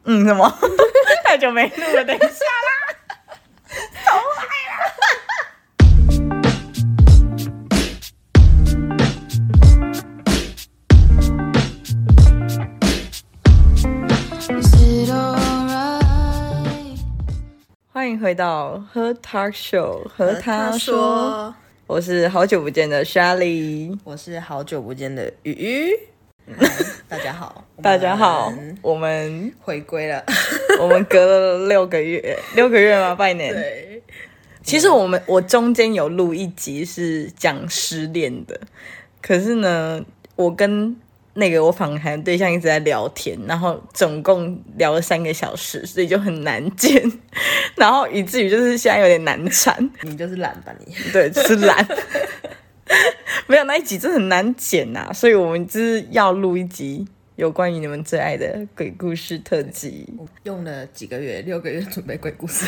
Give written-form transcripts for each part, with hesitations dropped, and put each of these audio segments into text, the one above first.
什么？太久没录了，等一下啦，重来啦。欢迎回到和他说，和他说，我是好久不见的 Shelly， 我是好久不见的鱼鱼。大家好， 大家好，我们回归了， 我们隔了6个月，6个月吗？拜年。 对， 其实我中间有录一集是讲失恋的，可是呢，我跟那个我访谈的对象一直在聊天，然后总共聊了3个小时，所以就很难剪，然后以至于就是现在有点难产。 你就是懒吧你？ 对，就是懒。没有那一集真的很难剪啊，所以我们就是要录一集有关于你们最爱的鬼故事特辑。 我用了几个月，6个月准备鬼故事。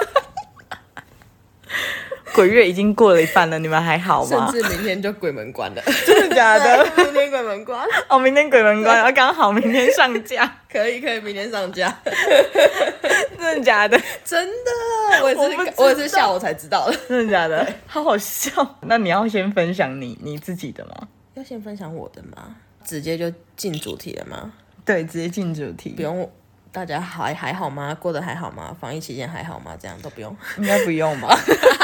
鬼月已经过了一半了，你们还好吗？ 甚至明天就鬼门关了。 真的假的？ 明天鬼門關哦，明天鬼门关，然后刚好明天上架。 可以，明天上架。 真的假的？ 真的，我也是下午才知道的。 真的假的？好好笑。那你要先分享你自己的吗？ 要先分享我的吗？直接就进主题了吗？ 对，直接进主题。 不用。大家还好吗？过得还好吗？防疫期间还好吗？这样都不用？ 应该不用吧？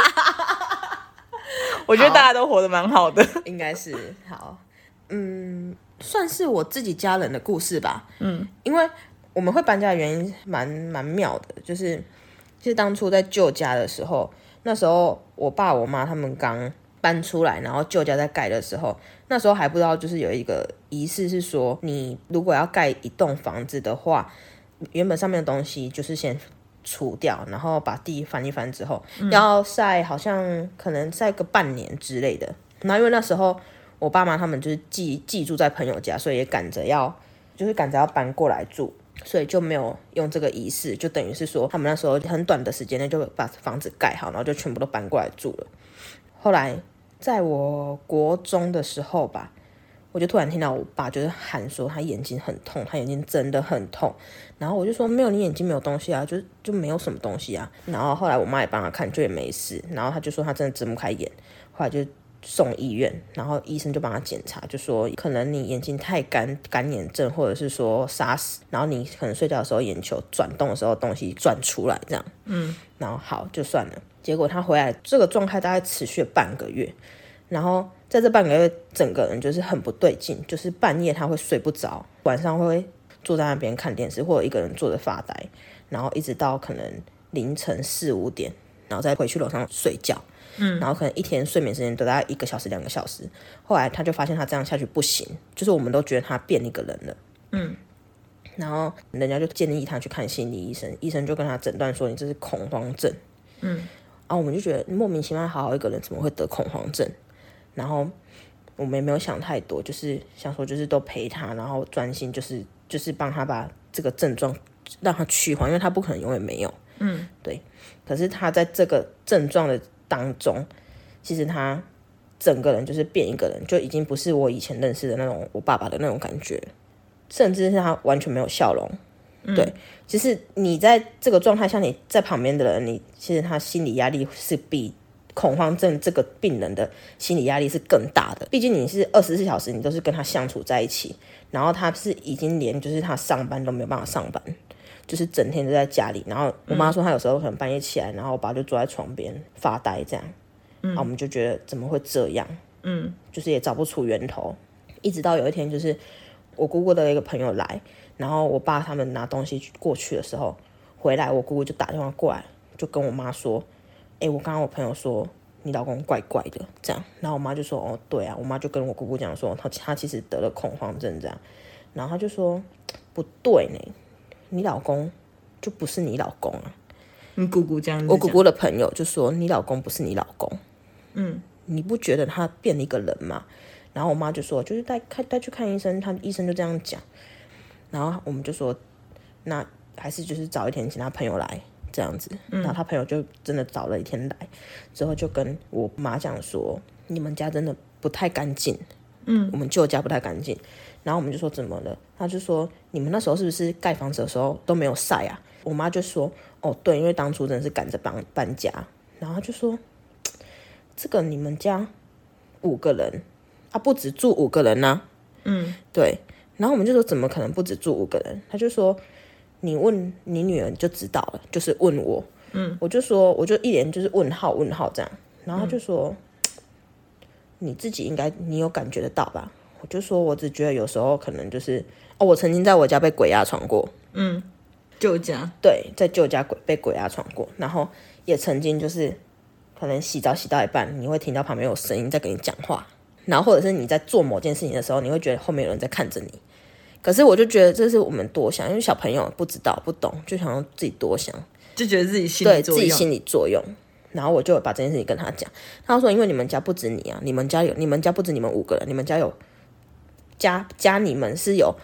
我觉得大家都活得蛮好的。 应该是好。算是我自己家人的故事吧。因为我们会搬家的原因蛮妙的，就是其实当初在旧家的时候，那时候我爸我妈他们刚搬出来，然后旧家在盖的时候，那时候还不知道就是有一个仪式是说，你如果要盖一栋房子的话，原本上面的东西就是先除掉，然后把地翻一翻之后，要晒，好像可能晒个半年之类的。然后因为那时候我爸妈他们就是寄住在朋友家，所以也赶着要搬过来住，所以就没有用这个仪式，就等于是说他们那时候很短的时间内就把房子盖好，然后就全部都搬过来住了。后来在我国中的时候吧，我就突然听到我爸就是喊说他眼睛很痛，他眼睛真的很痛。然后我就说没有，你眼睛没有东西啊，就没有什么东西啊。然后后来我妈也帮他看，就也没事。然后他就说他真的睁不开眼，后来就送医院，然后医生就帮他检查，就说可能你眼睛太干眼症，或者是说沙死，然后你可能睡觉的时候眼球转动的时候东西转出来这样。然后好就算了。结果他回来这个状态大概持续了半个月，然后在这半个月整个人就是很不对劲，就是半夜他会睡不着，晚上会坐在那边看电视，或者一个人坐着发呆，然后一直到可能凌晨4、5点，然后再回去楼上睡觉。然后可能一天睡眠时间都大概1个小时、2个小时。后来他就发现他这样下去不行，就是我们都觉得他变一个人了。然后人家就建议他去看心理医生，医生就跟他诊断说你这是恐慌症。然后我们就觉得莫名其妙好好一个人怎么会得恐慌症？然后我们也没有想太多，就是想说就是都陪他，然后专心就是帮他把这个症状让他趋缓，因为他不可能永远没有。对。可是他在这个症状的当中，其实他整个人就是变一个人，就已经不是我以前认识的那种我爸爸的那种感觉，甚至是他完全没有笑容。对，其实你在这个状态下，你在旁边的人，你其实他心理压力是比恐慌症这个病人的心理压力是更大的。毕竟你是24小时你都是跟他相处在一起，然后他是已经连就是他上班都没有办法上班，就是整天都在家里。然后我妈说她有时候可能半夜起来，然后我爸就坐在床边发呆这样。然后我们就觉得怎么会这样，就是也找不出源头。一直到有一天，就是我姑姑的一个朋友来，然后我爸他们拿东西过去的时候回来，我姑姑就打电话过来，就跟我妈说，我刚刚我朋友说你老公怪怪的这样。然后我妈就说哦对啊，我妈就跟我姑姑讲说他其实得了恐慌症这样。然后他就说不对呢，你老公就不是你老公啊。 你姑姑这样子讲， 我姑姑的朋友就说你老公不是你老公，你不觉得他变一个人吗？然后我妈就说就是带去看医生，他医生就这样讲。然后我们就说那还是就是找一天请他朋友来这样子。然后他朋友就真的找了一天来，之后就跟我妈讲说你们家真的不太干净， 我们旧家不太干净。然后我们就说怎么了？他就说你们那时候是不是盖房子的时候都没有晒啊？我妈就说哦对，因为当初真的是赶着搬家。然后他就说这个你们家5个人啊，不止住5个人啊。对。然后我们就说怎么可能不止住5个人？他就说你问你女儿你就知道了，就是问我。我就说我就一脸就是问号这样。然后他就说你自己应该你有感觉得到吧？我就说我只觉得有时候可能就是我曾经在我家被鬼压床过。 旧家。 对，在旧家被鬼压床过，然后也曾经就是可能洗澡洗到一半，你会听到旁边有声音在跟你讲话，然后或者是你在做某件事情的时候，你会觉得后面有人在看着你。可是我就觉得这是我们多想，因为小朋友不知道不懂，就想要自己多想， 就觉得自己心理作用， 对自己心理作用。然后我就把这件事情跟他讲，他说因为你们家不止你啊，你们家不止你们5个人，你们家有加你们是有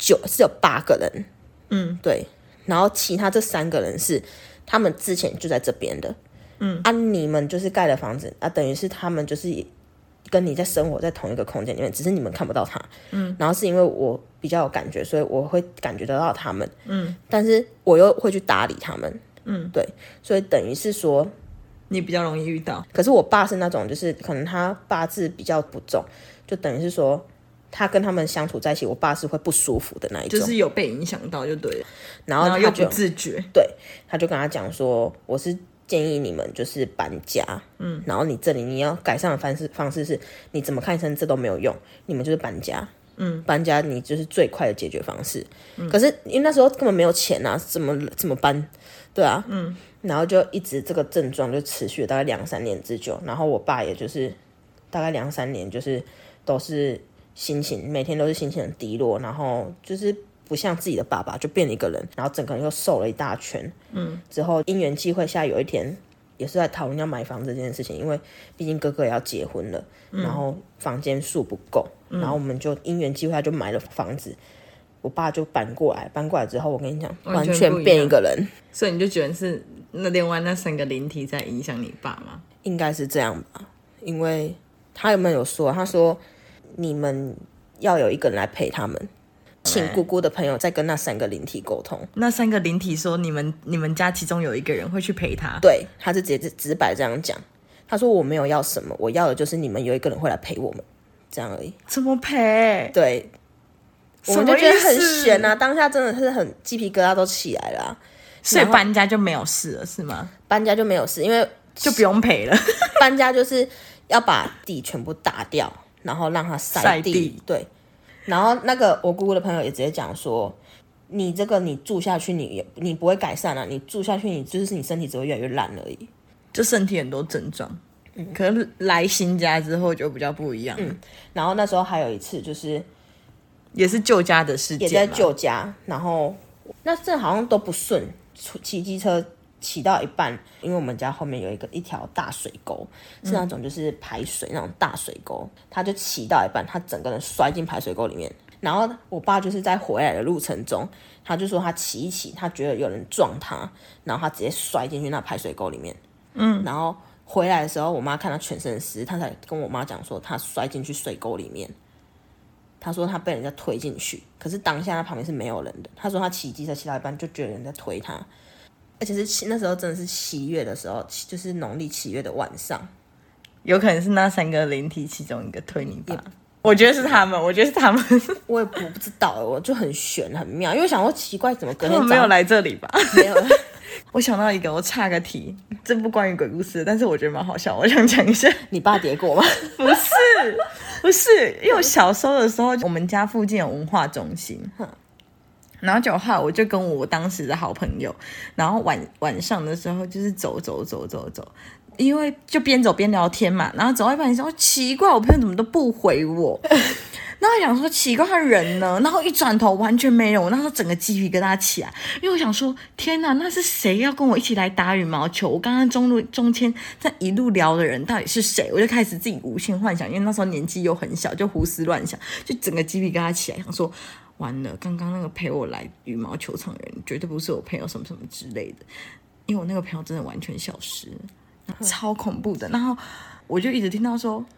8个人。对。然后其他这3个人是他们之前就在这边的。你们就是盖了房子啊，等于是他们就是跟你在生活在同一个空间里面，只是你们看不到他。然后是因为我比较有感觉，所以我会感觉得到他们。但是我又会去打理他们。对，所以等于是说你比较容易遇到。 可是我爸是那种就是可能他八字比较不重，就等于是说他跟他们相处在一起，我爸是会不舒服的那一种， 就是有被影响到就对了。 然后又不自觉。 对，他就跟他讲说我是建议你们就是搬家。然后你这里你要改善的方式是你怎么看医生这都没有用，你们就是搬家。搬家你就是最快的解决方式。可是因为那时候根本没有钱啊，怎么搬？对啊。然后就一直这个症状就持续了大概2-3年之久，然后我爸也就是大概2-3年就是都是心情每天都是心情很低落，然后就是不像自己的爸爸，就变了一个人，然后整个人又瘦了一大圈。之后因缘际会下有一天也是在讨论要买房子这件事情，因为毕竟哥哥也要结婚了。然后房间数不够。然后我们就因缘际会下就买了房子，我爸就搬过来之后，我跟你讲完全变一个人。 所以你就觉得是另外那3个灵体在影响你爸吗？ 应该是这样吧，因为他有说，他说你们要有一个人来陪他们，请姑姑的朋友再跟那3个灵体沟通。 那3个灵体说你们家其中有一个人会去陪他。 对，他是直白这样讲。他说我没有要什么，我要的就是你们有一个人会来陪我们，这样而已。 怎么陪？ 对，我们就觉得很悬啊，当下真的是很鸡皮疙瘩都起来了。 所以搬家就没有事了是吗？ 搬家就没有事，因为就不用赔了。 搬家就是要把地全部打掉，然后让它晒地。对，然后那个我姑姑的朋友也直接讲说，你这个你住下去你不会改善啊，你住下去你就是你身体只会越来越烂而已， 就身体很多症状。可是来新家之后就比较不一样。 然后那时候还有一次就是也是旧家的事件， 也在旧家，然后那这好像都不顺，骑机车骑到一半，因为我们家后面有一条大水沟，是那种就是排水那种大水沟，他就骑到一半，他整个人摔进排水沟里面。然后我爸就是在回来的路程中，他就说他骑一骑，他觉得有人撞他，然后他直接摔进去那排水沟里面。然后回来的时候，我妈看他全身湿，他才跟我妈讲说他摔进去水沟里面。他说他被人家推进去，可是当下他旁边是没有人的。他说他骑机车骑到一半就觉得人在推他，而且是那时候真的是7月的时候，就是农历7月的晚上。 有可能是那3个灵体其中一个推你爸。我觉得是他们，我也不知道，我就很悬很妙，因为我想说奇怪，怎么隔天他们没有来这里吧？ 没有。 我想到一个，我岔个题，这不关于鬼故事，但是我觉得蛮好笑，我想讲一下。 你爸跌过吗？ 不是，因为我小时候的时候，我们家附近有文化中心，然后后来我就跟我当时的好朋友，然后晚上的时候就是走，因为就边走边聊天嘛，然后走到一半的时候，奇怪，我朋友怎么都不回我。然后我想说奇怪，他人呢？然后一转头完全没有，然后整个鸡皮疙瘩起来，因为我想说天哪，那是谁要跟我一起来打羽毛球？我刚刚中间在一路聊的人到底是谁？我就开始自己无限幻想，因为那时候年纪又很小，就胡思乱想，就整个鸡皮疙瘩起来，想说完了，刚刚那个陪我来羽毛球场的人绝对不是我朋友什么什么之类的，因为我那个朋友真的完全消失了，超恐怖的。然后我就一直听到说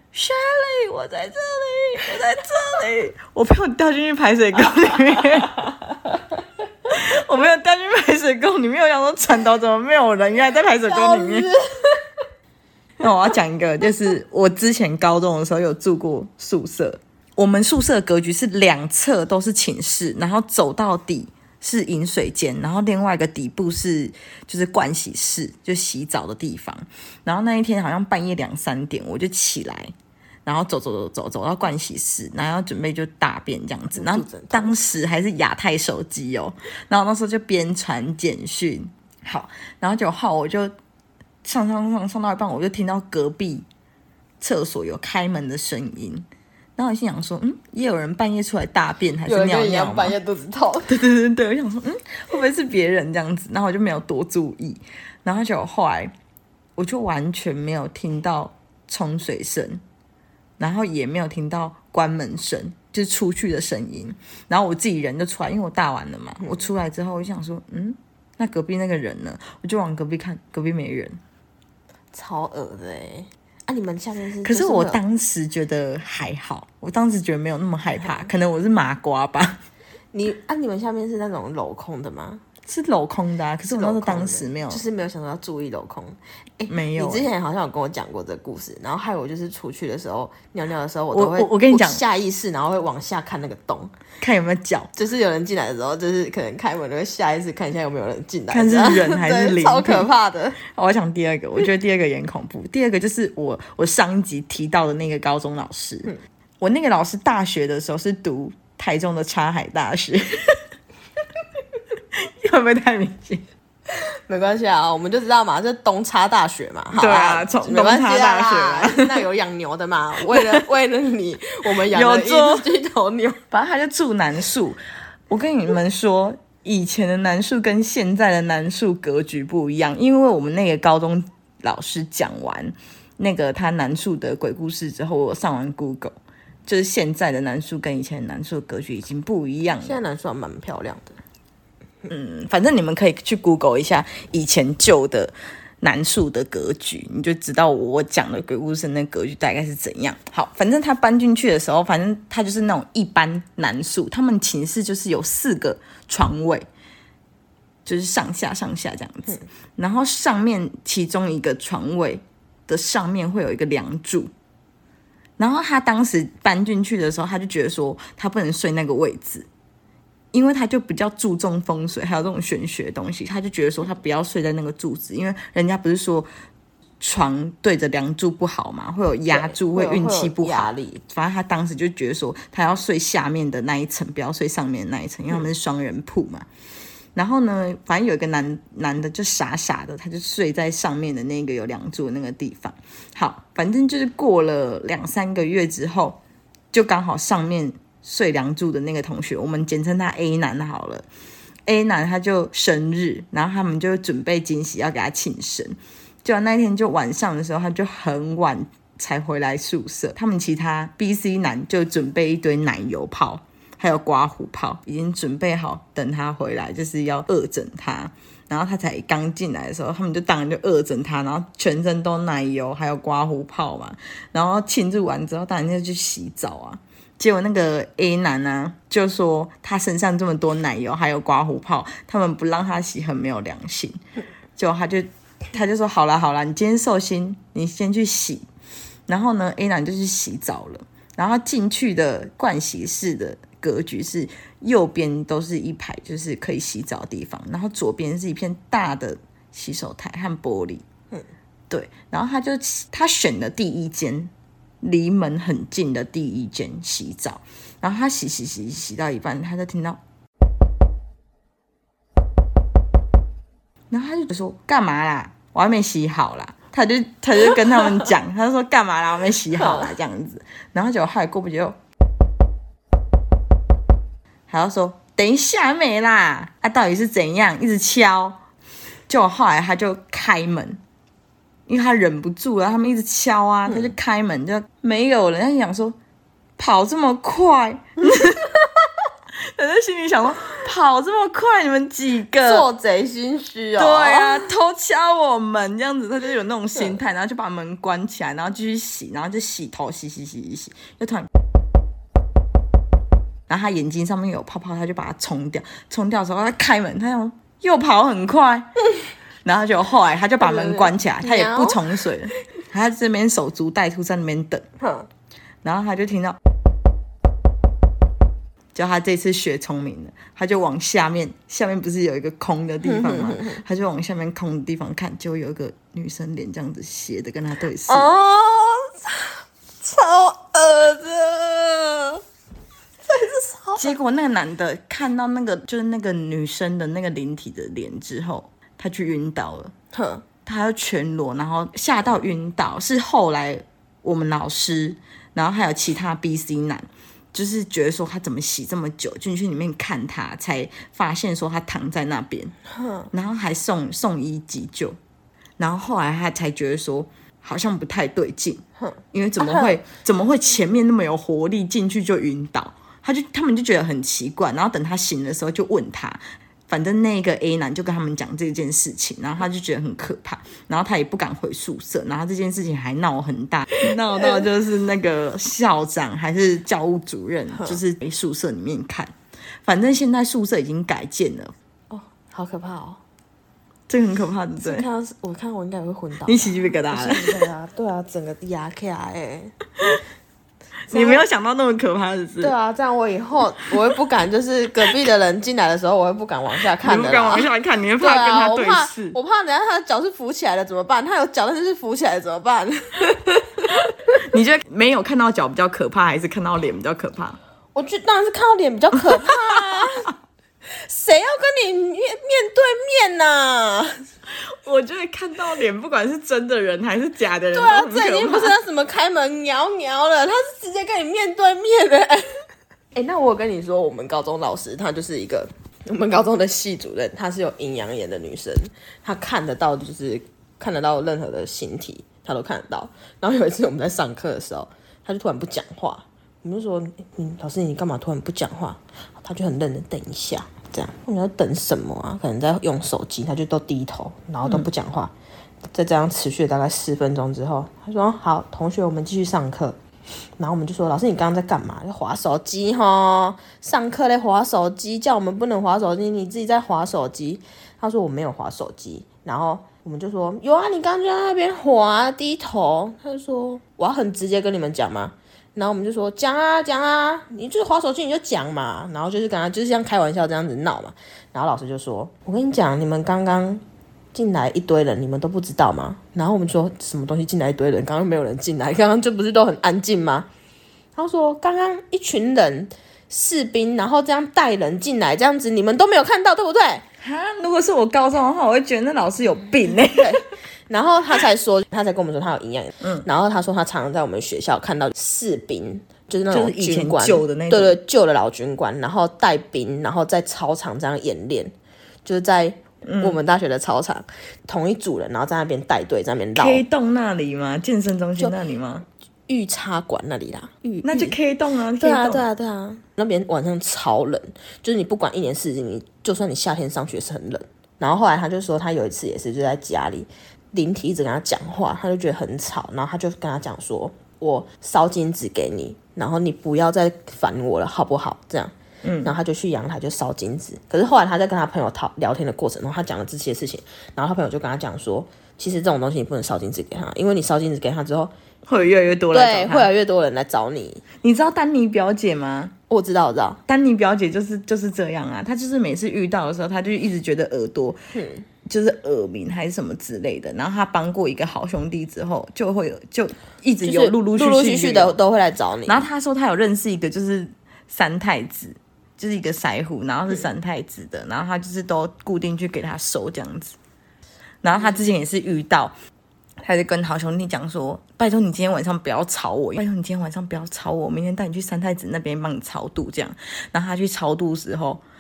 Shelly， 我在这里，我在这里，我没有掉进去排水沟里面，我没有掉进去排水沟里面，我想说船头怎么没有人，原来在排水沟里面。那我要讲一个，就是我之前高中的时候有住过宿舍，我们宿舍的格局是两侧都是寝室，然后走到底是饮水间，然后另外一个底部是就是盥洗室，就洗澡的地方。然后那一天好像半夜2、3点，我就起来，然后走到盥洗室，然后要准备就大便这样子。然后当时还是亚太手机哦，然后那时候就边传简讯，好，然后就后我就上到一半，我就听到隔壁厕所有开门的声音。然后我心想说，也有人半夜出来大便还是尿尿吗？ 半夜肚子痛。 对，我想说，会不会是别人这样子？然后我就没有多注意，然后就后来我就完全没有听到冲水声，然后也没有听到关门声，就是出去的声音。然后我自己人就出来，因为我大完了嘛，我出来之后我就想说，那隔壁那个人呢？我就往隔壁看，隔壁没人， 超恶的欸。啊，你们下面是？ 可是我当时觉得还好，我当时觉得没有那么害怕，可能我是麻瓜吧。 你们下面是那种镂空的吗？ 是镂空的啊，可是我那时候当时没有， 就是没有想到要注意镂空。 没有。 你之前好像有跟我讲过这个故事，然后害我就是出去的时候尿尿的时候，我都会我跟你讲下意识，然后会往下看那个洞， 看有没有脚， 就是有人进来的时候，就是可能开门就会下意识看一下有没有人进来， 看是人还是灵， 超可怕的。 我要讲第二个，我觉得第二个也很恐怖。第二个就是我上一集提到的那个高中老师，我那个老师大学的时候是读台中的插海大学。会不会太明显？ 没关系啊，我们就知道嘛，这东插大学嘛。好对啊，从东插大学那有养牛的嘛？为了你，我们养了一只头牛。 反正他就住南树。我跟你们说，以前的南树跟现在的南树格局不一样，因为我们那个高中老师讲完那个他南树的鬼故事之后，我上完 Google， 就是现在的南树跟以前的南树的格局已经不一样了。 现在南树还蛮漂亮的。 反正你们可以去 Google 一下以前旧的南树的格局，你就知道我讲的鬼故事那格局大概是怎样。好，反正他搬进去的时候，反正他就是那种一般南树，他们寝室就是有4个床位，就是上下这样子。然后上面其中一个床位的上面会有一个梁柱。然后他当时搬进去的时候，他就觉得说他不能睡那个位置。因为他就比较注重风水，还有这种玄学的东西，他就觉得说他不要睡在那个柱子，因为人家不是说床对着梁柱不好嘛，会有压住，会运气不好。 压力。 反正他当时就觉得说他要睡下面的那一层，不要睡上面的那一层，因为他们是双人铺嘛。然后呢，反正有一个男的就傻傻的，他就睡在上面的那个有梁柱的那个地方。好，反正就是过了2、3个月之后，就刚好上面睡梁柱的那个同学，我们简称他 A 男好了。A 男他就生日，然后他们就准备惊喜要给他庆生。就那一天就晚上的时候，他就很晚才回来宿舍。他们其他 B、C 男就准备一堆奶油泡，还有刮胡泡，已经准备好等他回来，就是要恶整他。然后他才刚进来的时候，他们就当然就恶整他，然后全身都奶油，还有刮胡泡嘛。然后庆祝完之后，当然就去洗澡啊。结果那个 A 男啊，就说他身上这么多奶油还有刮胡泡，他们不让他洗很没有良心。结果他就说好啦，你今天寿星，你先去洗。然后呢 A 男就去洗澡了。然后他进去的盥洗室的格局是右边都是一排就是可以洗澡的地方，然后左边是一片大的洗手台和玻璃。对，然后他选的第一间离门很近的第一间洗澡，然后他洗到一半，他就听到，然后他就说干嘛啦？我还没洗好啦。他就跟他们讲，他就说干嘛啦？我没洗好啦这样子。然后结果后来过不久，还要说等一下没啦，到底是怎样？一直敲。结果后来他就开门。因为他忍不住了，他们一直敲啊，他就开门，就没有人。他想说跑这么快， 我在心里想说，跑这么快，你们几个做贼心虚哦。 对啊，偷敲我们这样子，他就有那种心态，然后就把门关起来，然后继续洗，然后就洗头，洗，就突然，然后他眼睛上面有泡泡，他就把它冲掉，冲掉的时候他开门，他又跑很快，然后就后来他就把门关起来，他也不冲水了，他这边守株待兔在那边等，然后他就听到。就他这次学聪明了，他就往下面不是有一个空的地方吗？他就往下面空的地方看，就有一个女生脸这样子斜的跟他对视。 哦，超恶的， 结果那个男的看到那个就是那个女生的那个灵体的脸之后，他就晕倒了。他就全裸，然后吓到晕倒。是后来我们老师，然后还有其他 BC 男。就是觉得说他怎么洗这么久，进去里面看他，才发现说他躺在那边，然后还送医急救，然后后来他才觉得说好像不太对劲，因为怎么会前面那么有活力进去就晕倒，他们就觉得很奇怪，然后等他醒的时候就问他。反正那个 A 男就跟他们讲这件事情，然后他就觉得很可怕，然后他也不敢回宿舍，然后这件事情还闹很大，闹到就是那个校长还是教务主任就是回宿舍里面看。反正现在宿舍已经改建了。 哦，好可怕哦！ 这个很可怕，对不对？ 我看我应该也会昏倒。 你起鸡皮疙瘩了？对啊，整个压起来你没有想到那么可怕的事。 对啊，这样我以后我会不敢，就是隔壁的人进来的时候，我会不敢往下看的。 你不敢往下看，你会怕跟他对视。 我怕等下他的脚是浮起来的怎么办？他有脚但是浮起来的怎么办？ 你觉得没有看到脚比较可怕，还是看到脸比较可怕？ 我觉得当然是看到脸比较可怕啊！谁要跟你面对面啊？ 我觉得看到脸，不管是真的人还是假的人， 对啊，这已经不是他什么开门鸟了，他是直接跟你面对面的。那我跟你说，我们高中老师他就是我们高中的系主任，她是有阴阳眼的女生，她看得到，就是看得到任何的形体，她都看得到。然后有一次我们在上课的时候，她就突然不讲话，我们就说：“老师你干嘛突然不讲话？”她就很认真等一下。这样，我们在等什么啊？可能在用手机，他就都低头，然后都不讲话。在这样持续了大概10分钟之后，他说：“好，同学，我们继续上课。”然后我们就说：“老师，你刚刚在干嘛？在滑手机齁？上课在滑手机，叫我们不能滑手机，你自己在滑手机。”他说：“我没有滑手机。”然后我们就说：“有啊，你刚刚就在那边滑低头。”他就说：“我要很直接跟你们讲吗？”然后我们就说讲啊，你就是滑手机你就讲嘛，然后就是跟他就是像开玩笑这样子闹嘛。然后老师就说：“我跟你讲，你们刚刚进来一堆人，你们都不知道吗？”然后我们说什么东西进来一堆人？刚刚没有人进来，刚刚就不是都很安静吗？他说刚刚一群人士兵，然后这样带人进来，这样子你们都没有看到，对不对？ 如果是我高中的话，我会觉得那老师有病对。然后他才跟我们说他有阴阳眼，然后他说他常常在我们学校看到士兵，就是那种军官， 旧的那种， 对，旧的老军官，然后带兵，然后在操场这样演练，就是在我们大学的操场，同一组人，然后在那边带队，在那边绕。 K 洞那里吗？健身中心那里吗？ 御茶馆那里啦， 那就 K 洞啊。 对啊，那边晚上超冷，就是你不管一年四季，你就算你夏天上学是很冷。然后后来他就说，他有一次也是就在家里。灵体一直跟他讲话，他就觉得很吵，然后他就跟他讲说：“我烧金纸给你，然后你不要再烦我了，好不好？”这样，然后他就去阳台就烧金纸。可是后来他在跟他朋友聊天的过程中，他讲了这些事情，然后他朋友就跟他讲说：“其实这种东西你不能烧金纸给他，因为你烧金纸给他之后， 会有越来越多人来找他， 对，会有越多人来找你。” 你知道丹妮表姐吗？ 我知道。 丹妮表姐就是这样啊，她就是每次遇到的时候，她就一直觉得耳朵。就是耳鸣还是什么之类的，然后他帮过一个好兄弟之后，就一直有陆陆续续的都会来找你。 然后他说他有认识一个就是三太子，就是一个腮胡，然后是三太子的，然后他就是都固定去给他收这样子。然后他之前也是遇到，他就跟好兄弟讲说：“拜托你今天晚上不要吵我，拜托你今天晚上不要吵我，明天带你去三太子那边帮你超度这样。”然后他去超度的时候。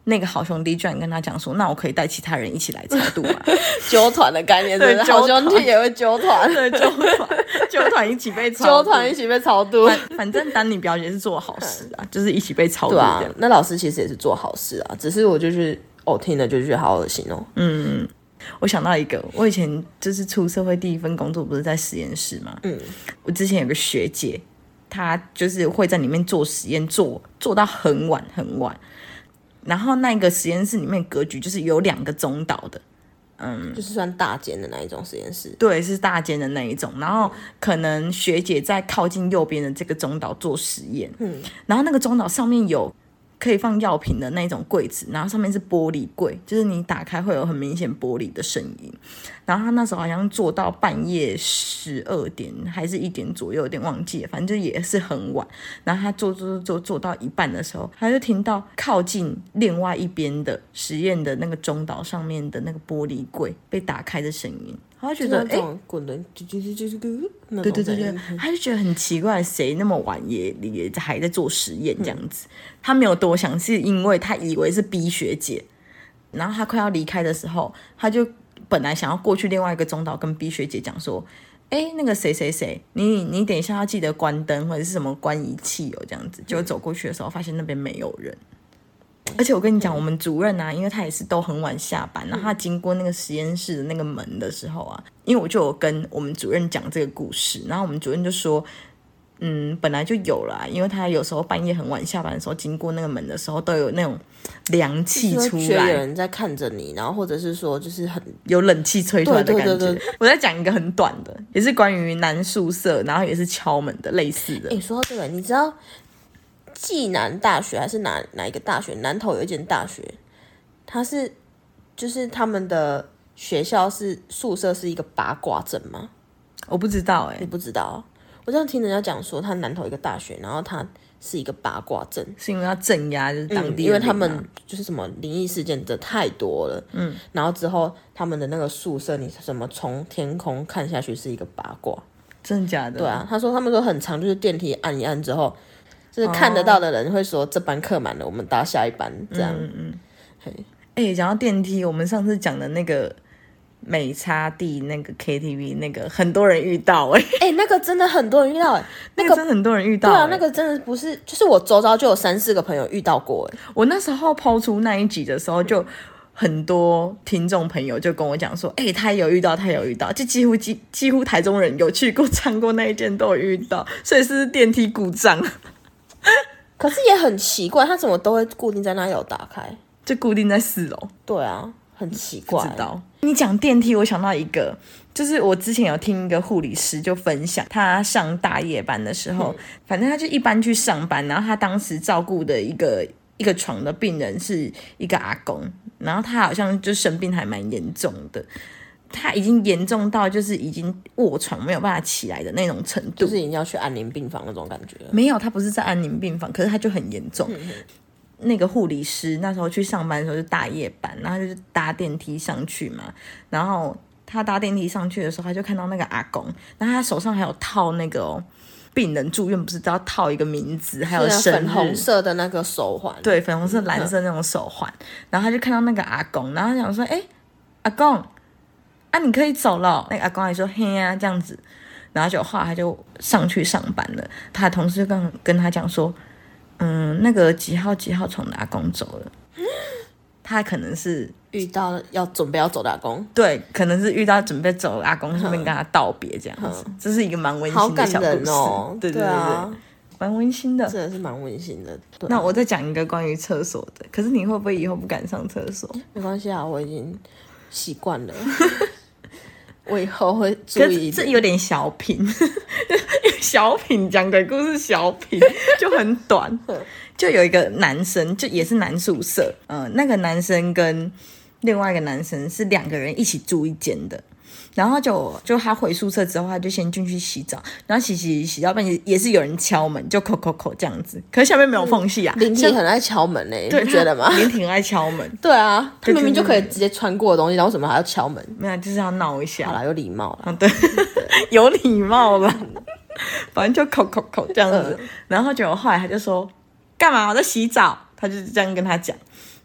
那个好兄弟居然跟他讲说，那我可以带其他人一起来超度吗？ 揪团的概念是不是？ 对， 好兄弟也会揪团， 对，揪团一起被超度， 揪团一起被超度。 反正丹尼表姐是做好事啊，就是一起被超度对这样。 啊，那老师其实也是做好事啊，只是我就是听了就觉得好恶心哦。 我想到一个，我以前就是出社会第一份工作不是在实验室嘛，我之前有个学姐，她就是会在里面做实验，做到很晚很晚。然后那个实验室里面格局就是有2个中岛的， 就是算大间的那一种实验室。 对，是大间的那一种。然后可能学姐在靠近右边的这个中岛做实验，然后那个中岛上面有可以放药品的那种柜子，然后上面是玻璃柜，就是你打开会有很明显玻璃的声音。然后他那时候好像做到半夜12点还是1点左右，有点忘记了，反正就也是很晚。然后他做到一半的时候，他就听到靠近另外一边的实验的那个中岛上面的那个玻璃柜被打开的声音。他就觉得滚轮， 对，他就觉得很奇怪，谁那么晚也还在做实验这样子。他没有多想，是因为他以为是 B 学姐，然后他快要离开的时候，他就本来想要过去另外一个中岛跟 B 学姐讲说，那个谁谁谁，你等一下要记得关灯或者是什么关仪器这样子。结果走过去的时候，发现那边没有人。而且我跟你讲，我们主任啊，因为他也是都很晚下班，然后他经过那个实验室的那个门的时候啊，因为我就有跟我们主任讲这个故事，然后我们主任就说，本来就有啦，因为他有时候半夜很晚下班的时候，经过那个门的时候，都有那种凉气出来， 觉得有人在看着你，然后或者是说就是很有冷气吹出来的感觉。 对， 我在讲一个很短的，也是关于男宿舍，然后也是敲门的类似的。 说到这个，你知道暨南大学还是哪一个大学？南投有一间大学，它是就是他们的学校是宿舍是一个八卦阵吗？ 我不知道你不知道？我这样听人家讲说，他南投一个大学，然后它是一个八卦阵， 是因为要镇压就是当地的、 因为他们就是什么灵异事件的太多了，然后之后他们的那个宿舍，你什么从天空看下去是一个八卦， 真的假的？ 对啊，他们说很长，就是电梯按一按之后。就是看得到的人会说这班客满了，我们搭下一班这样。 讲到电梯，我们上次讲的那个美差地那个 KTV 那个很多人遇到那个真的很多人遇到那个真的很多人遇到对啊，那个真的不是，就是我周遭就有3-4个朋友遇到过我那时候抛出那一集的时候就。很多听众朋友就跟我讲说，他也有遇到，就几乎台中人有去过唱过那一间都有遇到，所以是电梯故障。 可是也很奇怪，它怎么都会固定在那里有打开， 就固定在4楼。 对啊，很奇怪。 不知道你讲电梯，我想到一个，就是我之前有听一个护理师就分享，他上大夜班的时候，反正他就一般去上班，然后他当时照顾的一个床的病人是一个阿公，然后他好像就生病还蛮严重的。他已经严重到就是已经卧床没有办法起来的那种程度， 就是已经要去安宁病房那种感觉。 没有，他不是在安宁病房，可是他就很严重。那个护理师那时候去上班的时候就大夜班，然后就是搭电梯上去嘛，然后他搭电梯上去的时候，他就看到那个阿公，然后他手上还有套那个病人住院不是都要套一个名字，还有生日， 粉红色的那个手环， 对，粉红色蓝色那种手环，然后他就看到那个阿公，然后他想说，阿公。你可以走了。那个阿公还说嘿啊这样子，然后就后来他就上去上班了。他的同事就跟他讲说，那个几号床的阿公走了。他可能是遇到了准备要走的阿公， 对，可能是遇到准备走的阿公，顺便跟他道别这样子。这是一个蛮温馨的小故事， 好感人哦。 对啊， 蛮温馨的， 真的是蛮温馨的。 那我再讲一个关于厕所的，可是你会不会以后不敢上厕所？ 没关系啊，我已经习惯了。我以后会注意。 这有点小品，小品讲鬼故事，小品就很短。就有一个男生，就也是男宿舍，那个男生跟另外一个男生是2个人一起住一间的。然后就他回宿舍之后，他就先进去洗澡，然后洗到半夜也是有人敲门，就扣这样子，可是下面没有缝隙啊。 灵体很爱敲门你不觉得吗？ 灵体很爱敲门。 对啊，他明明就可以直接穿过的东西，然后为什么还要敲门？ 没有，就是要闹一下。 好啦，有礼貌啦。 对，有礼貌啦。反正就扣这样子。然后结果后来他就说干嘛？我在洗澡。他就这样跟他讲。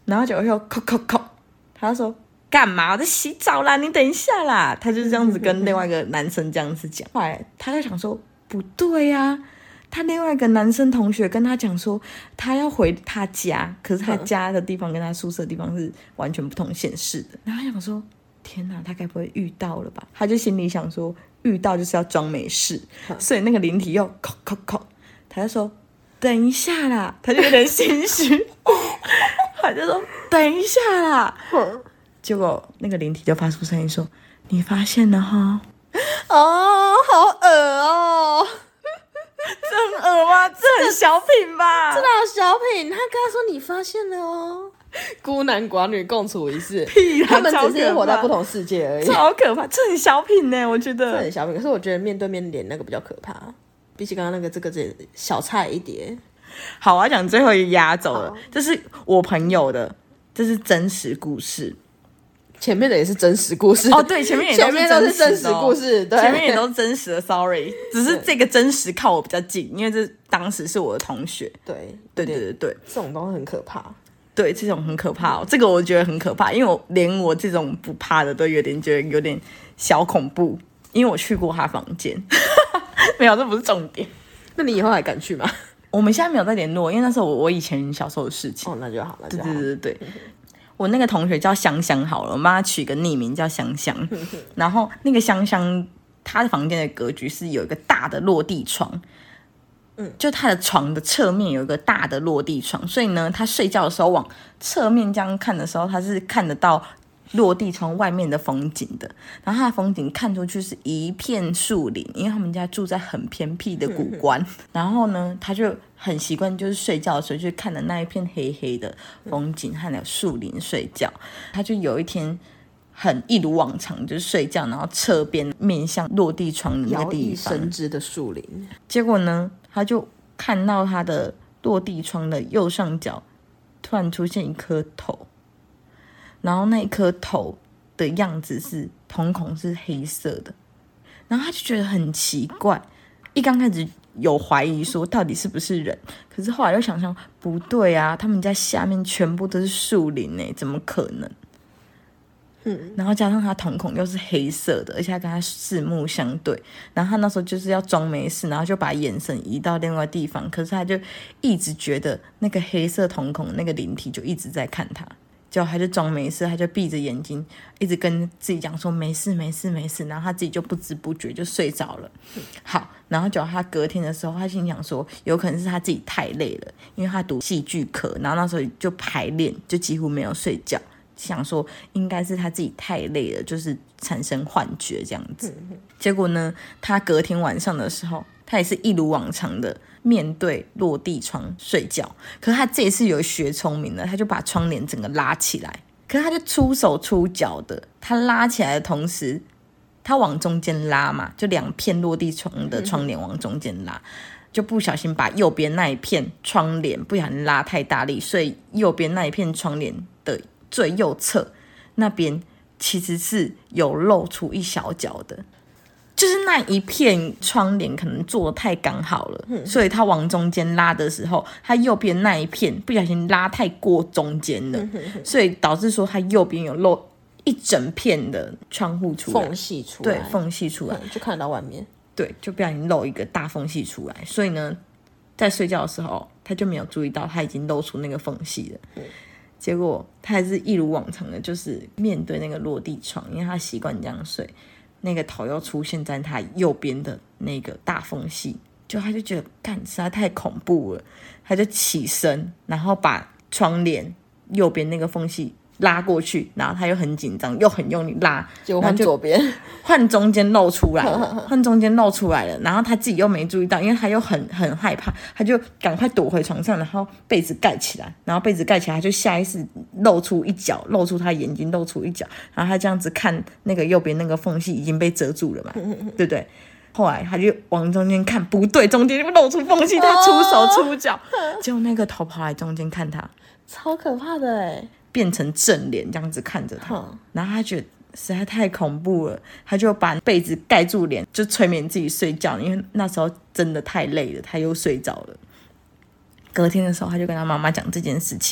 然后结果又扣扣扣，他就说干嘛？我在洗澡啦，你等一下啦。他就是这样子跟另外一个男生这样子讲。后来他就想说不对啊，他另外一个男生同学跟他讲说他要回他家，可是他家的地方跟他宿舍的地方是完全不同县市的。然后他想说天哪，他该不会遇到了吧？他就心里想说遇到就是要装没事，所以那个灵体又扣扣扣，他就说等一下啦，他就有点心虚他就说等一下啦结果那个灵体就发出声音说你发现了齁。 哦，好恶哦， 这很恶吗？这很小品吧？ 这哪有小品？他跟他说你发现了哦，孤男寡女共处一室， 屁啦， 他们只是活在不同世界而已， 超可怕。这很小品呢，我觉得这很小品。可是我觉得面对面连那个比较可怕，比起刚刚那个这个小菜一碟。 好，我要讲最后一个压轴了，这是我朋友的，这是真实故事。 前面的也是真实故事哦，对，前面也都是真实故事，对， 前面也都是真实的 ，sorry， 只是这个真实靠我比较近，因为这当时是我的同学。 对， 这种东西很可怕。 对，这种很可怕哦，这个我觉得很可怕，因为连我这种不怕的都有点觉得有点小恐怖，因为我去过他房间。没有，这不是重点。 那你以后还敢去吗？ 我们现在没有再联络，因为那时候我以前小时候的事情。 哦，那就好，那就好。 对。我那个同学叫香香好了，我帮他取个匿名叫香香。然后那个香香，他的房间的格局是有一个大的落地窗，就他的床的侧面有一个大的落地窗，所以呢，他睡觉的时候往侧面这样看的时候，他是看得到落地窗外面的风景的。然后他的风景看出去是一片树林，因为他们家住在很偏僻的古关。然后呢，他就很习惯就是睡觉的时候就看着那一片黑黑的风景和那个树林睡觉。他就有一天很一如往常就是睡觉，然后侧边面向落地窗的那个地方， 摇曳生枝的树林。 结果呢，他就看到他的落地窗的右上角突然出现一颗头，然后那一颗头的样子是瞳孔是黑色的，然后他就觉得很奇怪，一刚开始有怀疑说到底是不是人，可是后来又想想不对啊，他们家下面全部都是树林耶，怎么可能？然后加上他瞳孔又是黑色的，而且他跟他四目相对，然后他那时候就是要装没事，然后就把眼神移到另外地方，可是他就一直觉得那个黑色瞳孔那个灵体就一直在看他，结果他就装没事，他就闭着眼睛一直跟自己讲说没事没事没事，然后他自己就不知不觉就睡着了。好，然后结果他隔天的时候，他心想说有可能是他自己太累了，因为他读戏剧科，然后那时候就排练，就几乎没有睡觉，想说应该是他自己太累了，就是产生幻觉这样子。结果呢，他隔天晚上的时候，他也是一如往常的面对落地窗睡觉，可是他这一次有学聪明了，他就把窗帘整个拉起来，可是他就出手出脚的，他拉起来的同时，他往中间拉嘛，就两片落地窗的窗帘往中间拉，就不小心把右边那一片窗帘不小心拉太大力，所以右边那一片窗帘的最右侧那边其实是有露出一小角的，就是那一片窗帘可能做得太刚好了，所以他往中间拉的时候，他右边那一片不小心拉太过中间了，所以导致说他右边有露一整片的窗户出来， 缝隙出来， 对，缝隙出来， 就看得到外面， 对，就不小心露一个大缝隙出来，所以呢，在睡觉的时候他就没有注意到他已经露出那个缝隙了。结果他还是一如往常的，就是面对那个落地窗，因为他习惯这样睡，那个头又出现在他右边的那个大缝隙，他就觉得干实在太恐怖了，他就起身，然后把窗帘右边那个缝隙拉过去，然后他又很紧张，又很用力拉， 结果换左边， 换中间露出来了，换中间露出来了，然后他自己又没注意到，因为他又很害怕，他就赶快躲回床上，然后被子盖起来，然后被子盖起来，他就下意识露出一角，露出他眼睛露出一角，然后他这样子看那个右边那个缝隙已经被遮住了嘛，对不对？后来他就往中间看，不对，中间就露出缝隙，他出手出脚，结果那个头跑来中间看他， 超可怕的哎！ 变成正脸这样子看着他，然后他觉得实在太恐怖了，他就把被子盖住脸，就催眠自己睡觉，因为那时候真的太累了，他又睡着了。隔天的时候，他就跟他妈妈讲这件事情，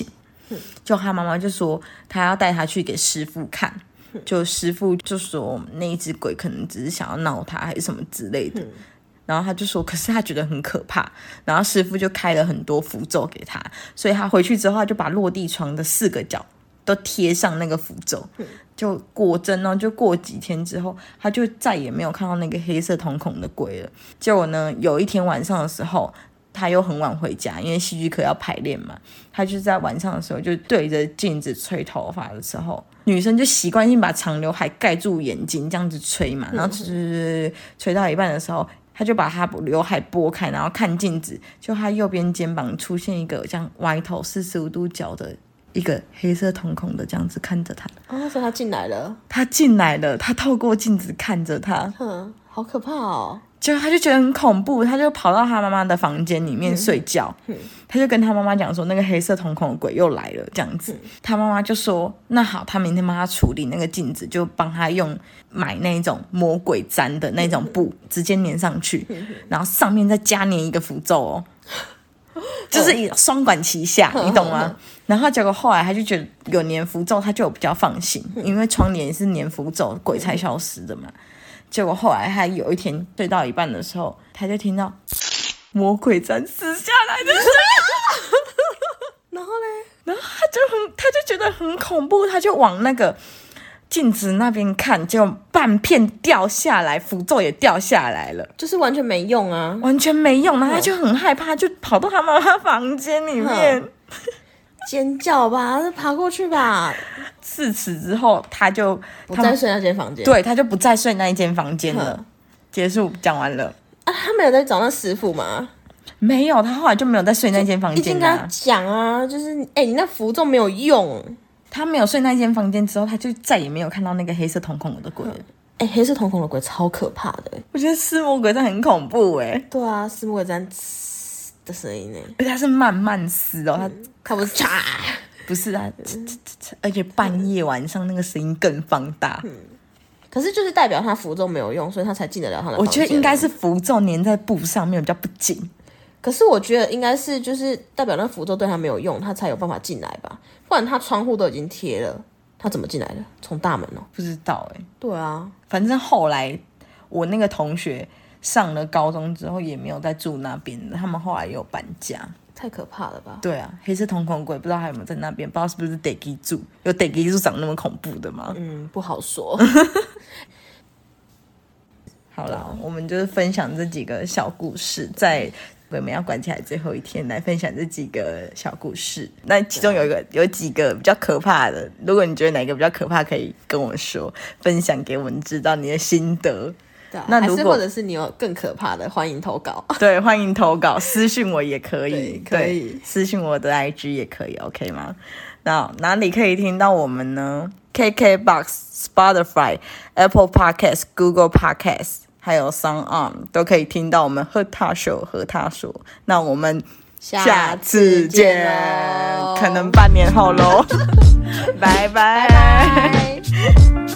就他妈妈就说他要带他去给师傅看，就师傅就说那一只鬼可能只是想要闹他还是什么之类的，然后他就说可是他觉得很可怕，然后师傅就开了很多符咒给他，所以他回去之后他就把落地窗的4个角都贴上那个符咒，就果真哦，就过几天之后他就再也没有看到那个黑色瞳孔的鬼了。结果呢有一天晚上的时候他又很晚回家，因为戏剧课要排练嘛，他就在晚上的时候就对着镜子吹头发的时候，女生就习惯性把长刘海盖住眼睛这样子吹嘛，然后吹到一半的时候他就把他刘海拨开，然后看镜子，就他右边肩膀出现一个这样歪头45度角的一个黑色瞳孔的这样子看着他。 哦，所以他进来了。 他进来了，他透过镜子看着他。 好可怕哦。 结果他就觉得很恐怖，他就跑到他妈妈的房间里面睡觉。他就跟他妈妈讲说那个黑色瞳孔的鬼又来了这样子。他妈妈就说那好，他明天帮他处理那个镜子，就帮他买那种魔鬼毡的那种布，直接粘上去，然后上面再加粘一个符咒哦。就是双管齐下，你懂吗？然后结果后来他就觉得有粘符咒他就比较放心，因为窗帘是粘符咒鬼才消失的嘛。结果后来他有一天睡到一半的时候，他就听到魔鬼毡撕下来的声音然后嘞， 然后他就觉得很恐怖，他就往那个镜子那边看，结果半片掉下来，符咒也掉下来了， 就是完全没用啊， 完全没用。然后他就很害怕，就跑到他妈妈房间里面尖叫吧，爬过去吧。 自此之后他就不再睡那间房间， 对，他就不再睡那一间房间了。结束，讲完了啊。他没有在找那师傅吗？ 没有，他后来就没有再睡那间房间了。 一定跟他讲啊，就是你那符咒没有用。 他没有睡那间房间之后，他就再也没有看到那个黑色瞳孔的鬼了。 黑色瞳孔的鬼超可怕的。 我觉得尸魔鬼毡很恐怖哎。 对啊，尸魔鬼毡的声音哎， 而且他是慢慢撕哦， 他不是嚓， 不是啊，而且半夜晚上那个声音更放大。 可是就是代表他符咒没有用，所以他才进得了他的房间。 我觉得应该是符咒粘在布上面比较不紧。 可是我觉得应该是就是代表那符咒对他没有用，他才有办法进来吧？不然他窗户都已经贴了，他怎么进来的？从大门哦？ 不知道哎。 对啊， 反正后来我那个同学上了高中之后也没有再住那边了，他们后来也有搬家。 太可怕了吧？ 对啊，黑色瞳孔鬼不知道还有没有在那边，不知道是不是得基住，有得基住长那么恐怖的吗？ 不好说。 好啦，我们就是分享这几个小故事，在鬼门要关起来最后一天来分享这几个小故事。那其中有几个比较可怕的，如果你觉得哪个比较可怕，可以跟我说，分享给我们知道你的心得。 对啊，那如果或者是你有更可怕的，欢迎投稿。 对，欢迎投稿，私讯我也可以， 可以私讯我的 IG 也可以 ，OK 吗？那哪里可以听到我们呢？ KKBOX、Spotify、Apple Podcast、Google Podcast 还有 SoundOn 都可以听到我们和他说。那我们下次见，可能半年后咯。拜拜。